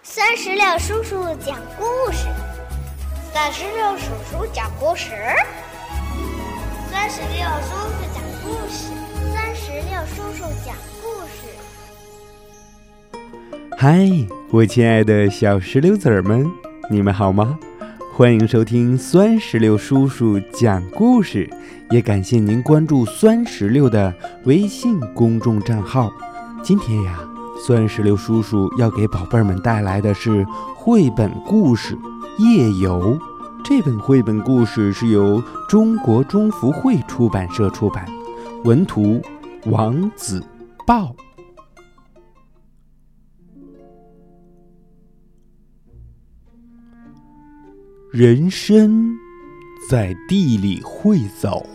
酸石榴叔叔讲故事，酸石榴叔叔讲故事，酸石榴叔叔讲故事，酸石榴叔叔讲故事。 嗨，我亲爱的小石榴子儿们，你们好吗？欢迎收听酸石榴叔叔讲故事，也感谢您关注酸石榴的微信公众账号。今天呀，酸石榴叔叔要给宝贝们带来的是绘本故事《夜游》。这本绘本故事是由中国中福会出版社出版，文图王子豹。人参在地里会走，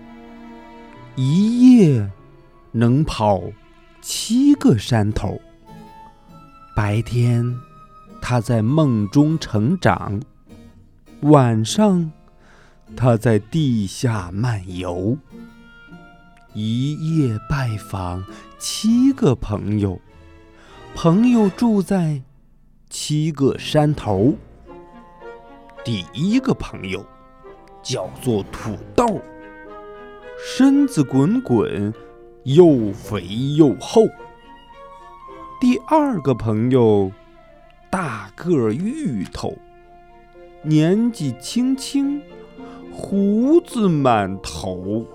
一夜能跑7个山头。白天他在梦中成长，晚上他在地下漫游，一夜拜访7个朋友，朋友住在7个山头。第一个朋友叫做土豆，身子滚滚，又肥又厚。第二个朋友大个芋头，年纪轻轻，胡子满头。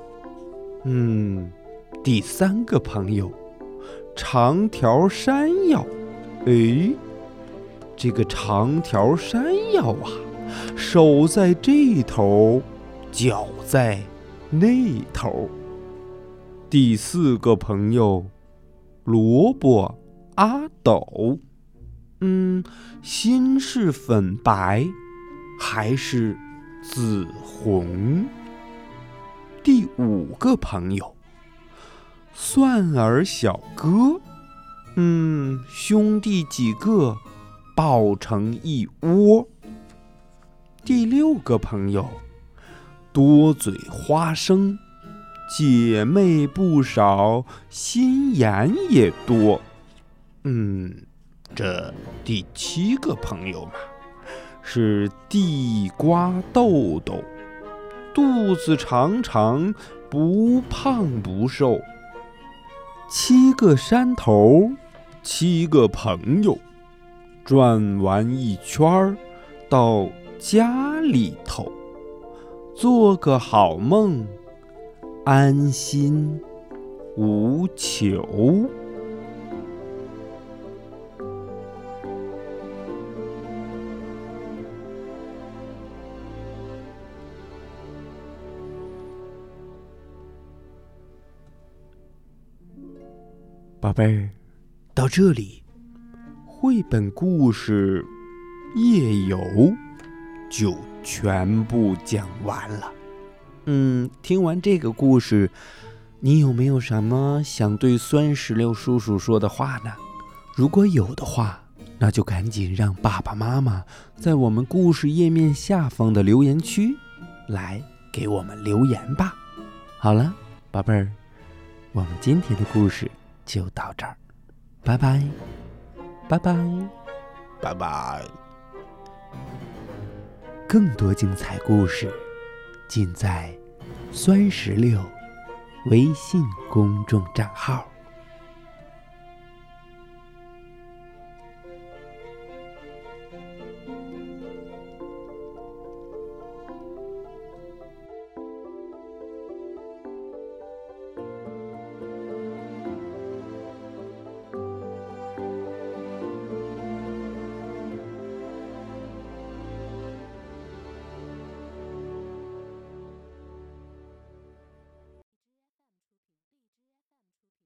第三个朋友长条山药。这个长条山药啊，手在这头，脚在那头。第四个朋友萝卜阿斗，心是粉白还是紫红？第五个朋友蒜儿小哥，兄弟几个抱成一窝。第6个朋友多嘴花生，姐妹不少，心眼也多。这第7个朋友嘛，是地瓜豆豆，肚子长长，不胖不瘦。7个山头，7个朋友，转完一圈到家里头，做个好梦，安心无求。宝贝儿，到这里，绘本故事《夜游》就全部讲完了。听完这个故事，你有没有什么想对酸石榴叔叔说的话呢？如果有的话，那就赶紧让爸爸妈妈在我们故事页面下方的留言区来给我们留言吧。好了，宝贝儿，我们今天的故事就到这儿，拜拜，拜拜，拜拜。更多精彩故事尽在酸石榴微信公众账号。